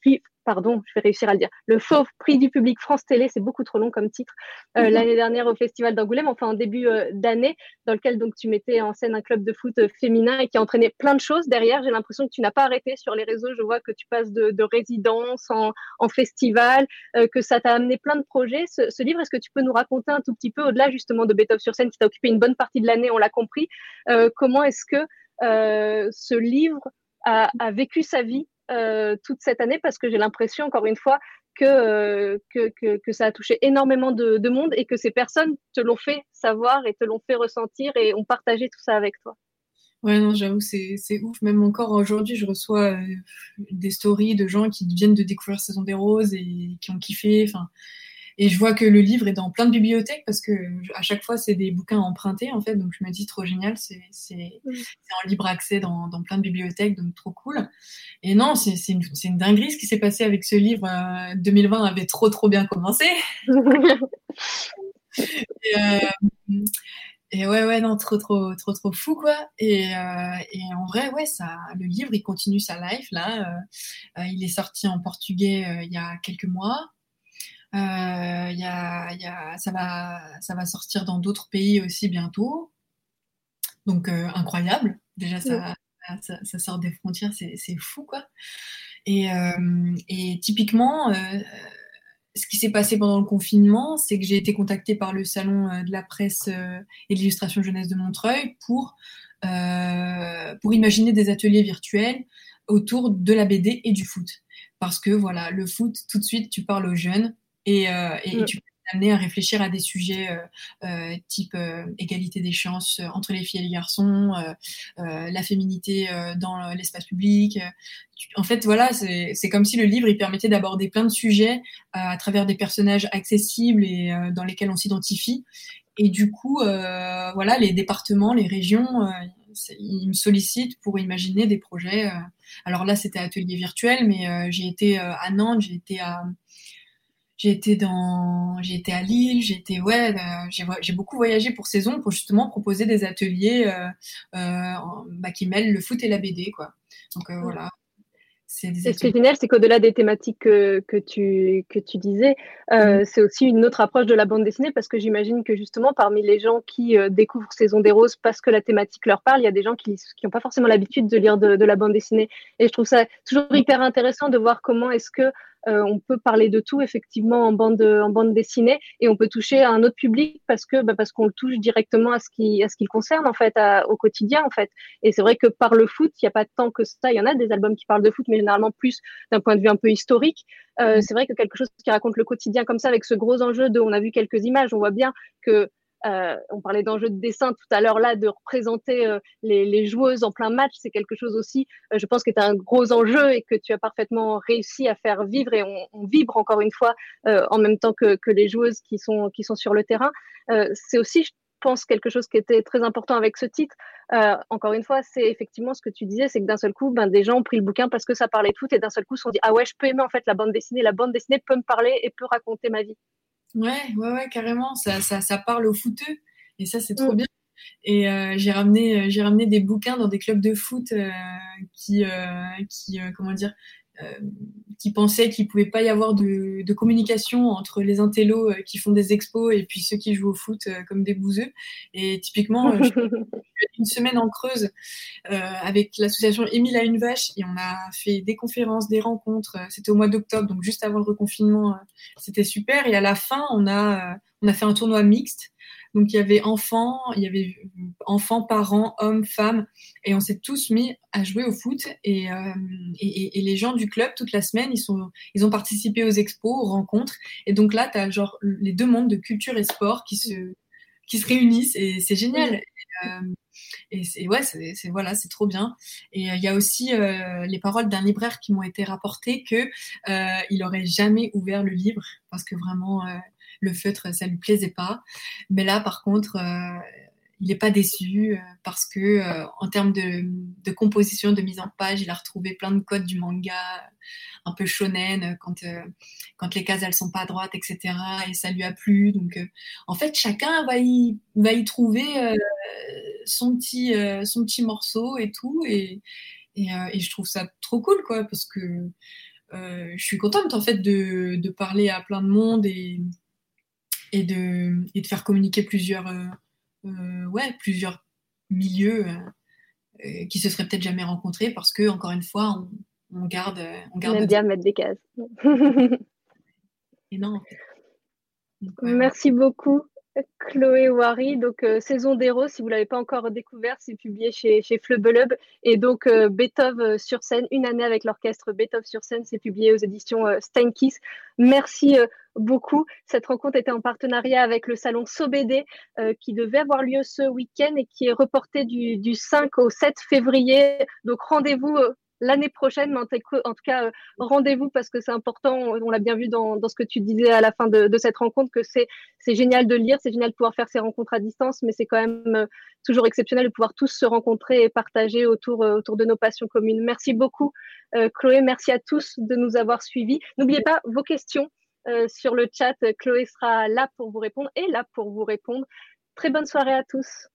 pardon, je vais réussir à le dire, le fauve prix du public France Télé, c'est beaucoup trop long comme titre, euh, l'année dernière au Festival d'Angoulême, enfin en début euh, d'année, dans lequel donc tu mettais en scène un club de foot euh, féminin et qui entraînait plein de choses derrière. J'ai l'impression que tu n'as pas arrêté sur les réseaux. Je vois que tu passes de, de résidence en, en festival, euh, que ça t'a amené plein de projets. Ce, ce livre, est-ce que tu peux nous raconter un tout petit peu, au-delà justement de Beethoven sur scène qui t'a occupé une bonne partie de l'année, on l'a compris, euh, comment est-ce que euh, ce livre a, a vécu sa vie euh, toute cette année, parce que j'ai l'impression, encore une fois, que, euh, que, que, que ça a touché énormément de, de monde et que ces personnes te l'ont fait savoir et te l'ont fait ressentir et ont partagé tout ça avec toi. Ouais, non, j'avoue, c'est, c'est ouf. Même encore aujourd'hui, je reçois euh, des stories de gens qui viennent de découvrir Saison des Roses et qui ont kiffé. Enfin, et je vois que le livre est dans plein de bibliothèques parce que à chaque fois, c'est des bouquins empruntés, en fait. Donc, je me dis, trop génial, c'est, c'est, Mm. c'est en libre accès dans, dans plein de bibliothèques, donc trop cool. Et non, c'est, c'est, une, c'est une dinguerie ce qui s'est passé avec ce livre. Euh, deux mille vingt avait trop, trop bien commencé. Et, euh, et ouais, ouais, non, trop, trop, trop, trop fou, quoi. Et, euh, et en vrai, ouais, ça, le livre, il continue sa life, là. Euh, euh, il est sorti en portugais euh, il y a quelques mois. Euh, il y a, il y a, ça va, ça va sortir dans d'autres pays aussi bientôt. Donc, euh, incroyable. Déjà, ça, ça, ça sort des frontières, c'est, c'est fou, quoi. Et, euh, et typiquement, euh, ce qui s'est passé pendant le confinement, c'est que j'ai été contactée par le Salon de la presse et de l'illustration jeunesse de Montreuil pour, euh, pour imaginer des ateliers virtuels autour de la B D et du foot. Parce que voilà, le foot, tout de suite, tu parles aux jeunes et, euh, et, et tu peux amener à réfléchir à des sujets euh, euh, type euh, égalité des chances entre les filles et les garçons, euh, euh, la féminité euh, dans l'espace public. En fait, voilà, c'est, c'est comme si le livre il permettait d'aborder plein de sujets euh, à travers des personnages accessibles et euh, dans lesquels on s'identifie. Et du coup, euh, voilà, les départements, les régions, euh, ils me sollicitent pour imaginer des projets. Euh. Alors là, c'était atelier virtuel, mais euh, j'ai été euh, à Nantes, j'ai été à j'ai été dans, j'ai été à Lille, j'ai été, ouais, euh, j'ai, j'ai beaucoup voyagé pour Saison pour justement proposer des ateliers euh, euh, bah, qui mêlent le foot et la B D, quoi. Donc euh, voilà. C'est et ce qui est génial, c'est qu'au-delà des thématiques que, que, tu, que tu disais, euh, mmh. c'est aussi une autre approche de la bande dessinée, parce que j'imagine que justement, parmi les gens qui euh, découvrent Saison des Roses parce que la thématique leur parle, il y a des gens qui n'ont pas forcément l'habitude de lire de, de la bande dessinée. Et je trouve ça toujours hyper intéressant de voir comment est-ce que Euh, on peut parler de tout effectivement en bande, en bande dessinée, et on peut toucher à un autre public parce que bah, parce qu'on le touche directement à ce qui à ce qui le concerne en fait, à, au quotidien en fait. Et c'est vrai que par le foot, il n'y a pas tant que ça. Il y en a des albums qui parlent de foot, mais généralement plus d'un point de vue un peu historique. Euh, c'est vrai que quelque chose qui raconte le quotidien comme ça, avec ce gros enjeu de, on a vu quelques images, on voit bien que Euh, on parlait d'enjeux de dessin tout à l'heure là, de représenter euh, les, les joueuses en plein match, c'est quelque chose aussi, euh, je pense que tu as un gros enjeu et que tu as parfaitement réussi à faire vivre, et on, on vibre encore une fois euh, en même temps que, que les joueuses qui sont, qui sont sur le terrain. Euh, c'est aussi, je pense, quelque chose qui était très important avec ce titre. Euh, encore une fois, c'est effectivement ce que tu disais, c'est que d'un seul coup, ben, des gens ont pris le bouquin parce que ça parlait de foot, et d'un seul coup se sont dit, ah ouais, je peux aimer en fait la bande dessinée, la bande dessinée peut me parler et peut raconter ma vie. Ouais, ouais, ouais, carrément. Ça, ça, ça parle aux footeux. Et ça, c'est trop mmh. bien. Et euh, j'ai ramené, j'ai ramené des bouquins dans des clubs de foot euh, qui, euh, qui, euh, comment dire, euh, qui pensaient qu'il pouvait pas y avoir de, de communication entre les intellos euh, qui font des expos et puis ceux qui jouent au foot euh, comme des bouseux. Et typiquement, euh, je suis une semaine en Creuse euh, avec l'association Émile a une vache, et on a fait des conférences, des rencontres. C'était au mois d'octobre, donc juste avant le reconfinement. C'était super. Et à la fin, on a, on a fait un tournoi mixte. Donc il y avait enfants, il y avait enfants, parents, hommes, femmes, et on s'est tous mis à jouer au foot. Et, euh, et, et les gens du club, toute la semaine, ils, sont, ils ont participé aux expos, aux rencontres. Et donc là, tu as genre les deux mondes de culture et sport qui se, qui se réunissent, et c'est génial. Et, euh, et c'est, ouais, c'est, c'est, voilà, c'est trop bien. Et il euh, y a aussi euh, les paroles d'un libraire qui m'ont été rapportées que euh, il aurait jamais ouvert le livre parce que vraiment euh, le feutre, ça lui plaisait pas. Mais là, par contre, euh, il n'est pas déçu euh, parce que euh, en termes de, de composition, de mise en page, il a retrouvé plein de codes du manga, un peu shonen, quand, euh, quand les cases elles sont pas à droite, et cetera. Et ça lui a plu. Donc, euh, en fait, chacun va y, va y trouver euh, son petit, euh, son petit morceau et tout. Et, et, euh, et je trouve ça trop cool, quoi, parce que euh, je suis contente en fait de, de parler à plein de monde et, et, de, et de faire communiquer plusieurs, euh, euh, ouais, plusieurs milieux euh, euh, qui se seraient peut-être jamais rencontrés parce que, encore une fois, on, on garde, on On garde aime nos bien mettre des cases. Et non, en fait. Donc, ouais, on- Merci beaucoup, Chloé Wary. Donc, euh, Saison d'Héros, si vous ne l'avez pas encore découvert, c'est publié chez, chez Flubelub. Et donc, euh, Beethoven euh, sur scène, une année avec l'orchestre Beethoven sur scène, c'est publié aux éditions euh, Steinkiss. Merci euh, beaucoup. Cette rencontre était en partenariat avec le salon Sobédé, euh, qui devait avoir lieu ce week-end et qui est reporté du, du cinq au sept février. Donc, rendez-vous euh, l'année prochaine, mais en, en tout cas, euh, rendez-vous parce que c'est important. On, on l'a bien vu dans, dans ce que tu disais à la fin de, de cette rencontre, que c'est c'est génial de lire, c'est génial de pouvoir faire ces rencontres à distance, mais c'est quand même euh, toujours exceptionnel de pouvoir tous se rencontrer et partager autour, euh, autour de nos passions communes. Merci beaucoup, euh, Chloé. Merci à tous de nous avoir suivis. N'oubliez pas vos questions euh, sur le chat. Chloé sera là pour vous répondre et là pour vous répondre. Très bonne soirée à tous.